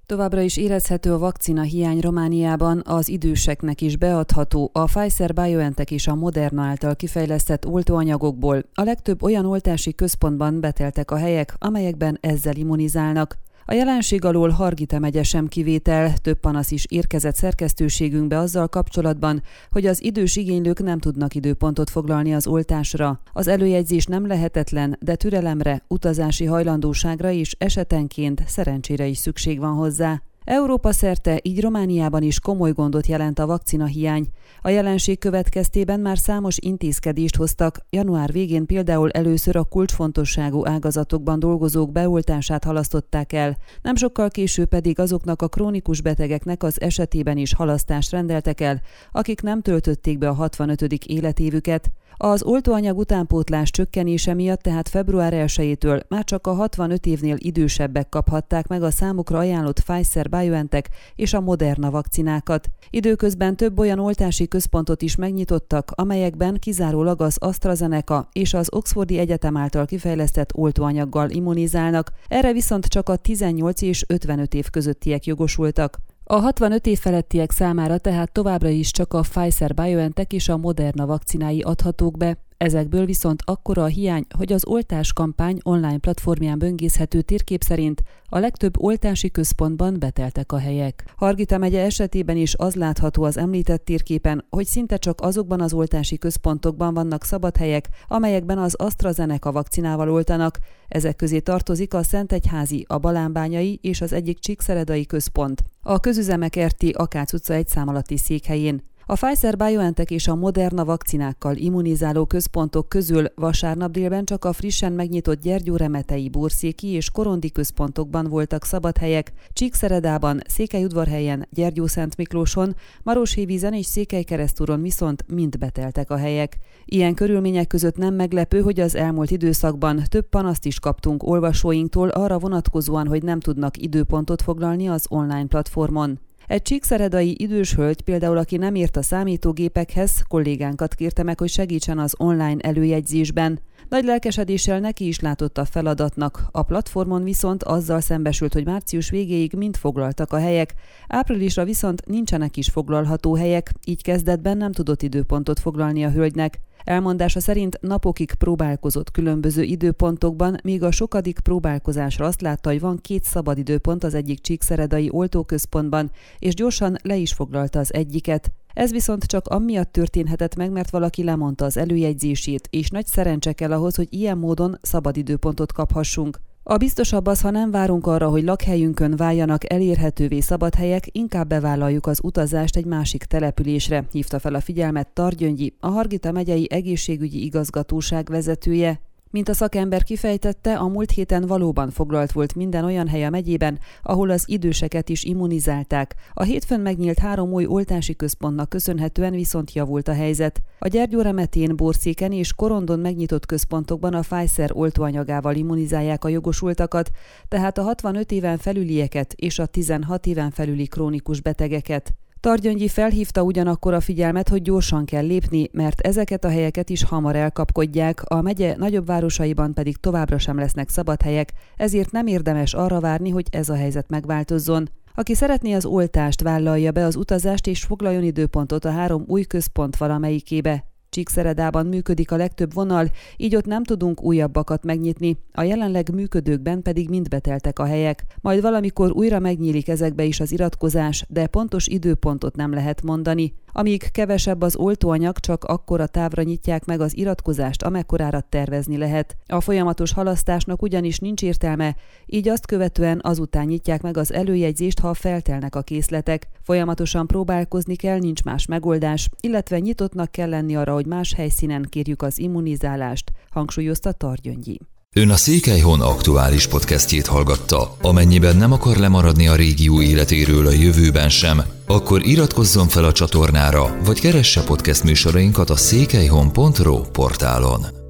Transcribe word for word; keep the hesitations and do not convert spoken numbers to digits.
Továbbra is érezhető a vakcina hiány Romániában, az időseknek is beadható a Pfizer-BioNTech és a Moderna által kifejlesztett oltóanyagokból. A legtöbb olyan oltási központban beteltek a helyek, amelyekben ezzel immunizálnak. A jelenség alól Hargita megye sem kivétel, több panasz is érkezett szerkesztőségünkbe azzal kapcsolatban, hogy az idős igénylők nem tudnak időpontot foglalni az oltásra. Az előjegyzés nem lehetetlen, de türelemre, utazási hajlandóságra és esetenként szerencsére is szükség van hozzá. Európa szerte, így Romániában is komoly gondot jelent a vakcinahiány. A jelenség következtében már számos intézkedést hoztak, január végén például először a kulcsfontosságú ágazatokban dolgozók beoltását halasztották el, nem sokkal később pedig azoknak a krónikus betegeknek az esetében is halasztást rendeltek el, akik nem töltötték be a hatvanötödik életévüket. Az oltóanyag utánpótlás csökkenése miatt tehát február elsejétől már csak a hatvanöt évnél idősebbek kaphatták meg a számukra ajánlott Pfizer-BioNTech és a Moderna vakcinákat. Időközben több olyan oltási központot is megnyitottak, amelyekben kizárólag az AstraZeneca és az Oxfordi Egyetem által kifejlesztett oltóanyaggal immunizálnak, erre viszont csak a tizennyolc és ötvenöt év közöttiek jogosultak. A hatvanöt év felettiek számára tehát továbbra is csak a Pfizer-BioNTech és a Moderna vakcinái adhatók be. Ezekből viszont akkora a hiány, hogy az oltáskampány online platformján böngészhető térkép szerint a legtöbb oltási központban beteltek a helyek. Hargita megye esetében is az látható az említett térképen, hogy szinte csak azokban az oltási központokban vannak szabad helyek, amelyekben az AstraZeneca vakcinával oltanak. Ezek közé tartozik a Szentegyházi, a Balánbányai és az egyik csíkszeredai központ, a Közüzemek er té Akác utca egy szám alatti székhelyén. A Pfizer-BioNTech és a Moderna vakcinákkal immunizáló központok közül vasárnap délben csak a frissen megnyitott Gyergyóremetei, Borszéki és Korondi központokban voltak szabad helyek, Csíkszeredában, Székelyudvarhelyen, Gyergyószentmiklóson, Maroshévízen és Székelykeresztúron viszont mind beteltek a helyek. Ilyen körülmények között nem meglepő, hogy az elmúlt időszakban több panaszt is kaptunk olvasóinktól arra vonatkozóan, hogy nem tudnak időpontot foglalni az online platformon. Egy csíkszeredai idős hölgy például, aki nem ért a számítógépekhez, kollégánkat kérte meg, hogy segítsen az online előjegyzésben. Nagy lelkesedéssel neki is látott a feladatnak, a platformon viszont azzal szembesült, hogy március végéig mind foglaltak a helyek, áprilisra viszont nincsenek is foglalható helyek, így kezdetben nem tudott időpontot foglalni a hölgynek. Elmondása szerint napokig próbálkozott különböző időpontokban, míg a sokadik próbálkozásra azt látta, hogy van két szabad időpont az egyik csíkszeredai oltóközpontban, és gyorsan le is foglalta az egyiket. Ez viszont csak amiatt történhetett meg, mert valaki lemondta az előjegyzését, és nagy szerencse kell ahhoz, hogy ilyen módon szabad időpontot kaphassunk. A biztosabb az, ha nem várunk arra, hogy lakhelyünkön váljanak elérhetővé szabad helyek, inkább bevállaljuk az utazást egy másik településre, hívta fel a figyelmet Targyöngyi, a Hargita megyei egészségügyi igazgatóság vezetője. Mint a szakember kifejtette, a múlt héten valóban foglalt volt minden olyan hely a megyében, ahol az időseket is immunizálták. A hétfőn megnyílt három új oltási központnak köszönhetően viszont javult a helyzet. A Gyergyóremetén, Borszéken és Korondon megnyitott központokban a Pfizer oltóanyagával immunizálják a jogosultakat, tehát a hatvanöt éven felülieket és a tizenhat éven felüli krónikus betegeket. Targyöngyi felhívta ugyanakkor a figyelmet, hogy gyorsan kell lépni, mert ezeket a helyeket is hamar elkapkodják, a megye nagyobb városaiban pedig továbbra sem lesznek szabad helyek, ezért nem érdemes arra várni, hogy ez a helyzet megváltozzon. Aki szeretné az oltást, vállalja be az utazást és foglaljon időpontot a három új központ valamelyikébe. Csíkszeredában működik a legtöbb vonal, így ott nem tudunk újabbakat megnyitni, a jelenleg működőkben pedig mind beteltek a helyek. Majd valamikor újra megnyílik ezekbe is az iratkozás, de pontos időpontot nem lehet mondani. Amíg kevesebb az oltóanyag, csak akkora távra nyitják meg az iratkozást, amekkorára tervezni lehet. A folyamatos halasztásnak ugyanis nincs értelme, így azt követően azután nyitják meg az előjegyzést, ha feltelnek a készletek. Folyamatosan próbálkozni kell, nincs más megoldás, illetve nyitottnak kell lenni arra, hogy más helyszínen kérjük az immunizálást, hangsúlyozta Targyöngyi. Ön a Székelyhon aktuális podcastjét hallgatta. Amennyiben nem akar lemaradni a régió életéről a jövőben sem, akkor iratkozzon fel a csatornára, vagy keresse podcast műsorainkat a székelyhon pont ro portálon.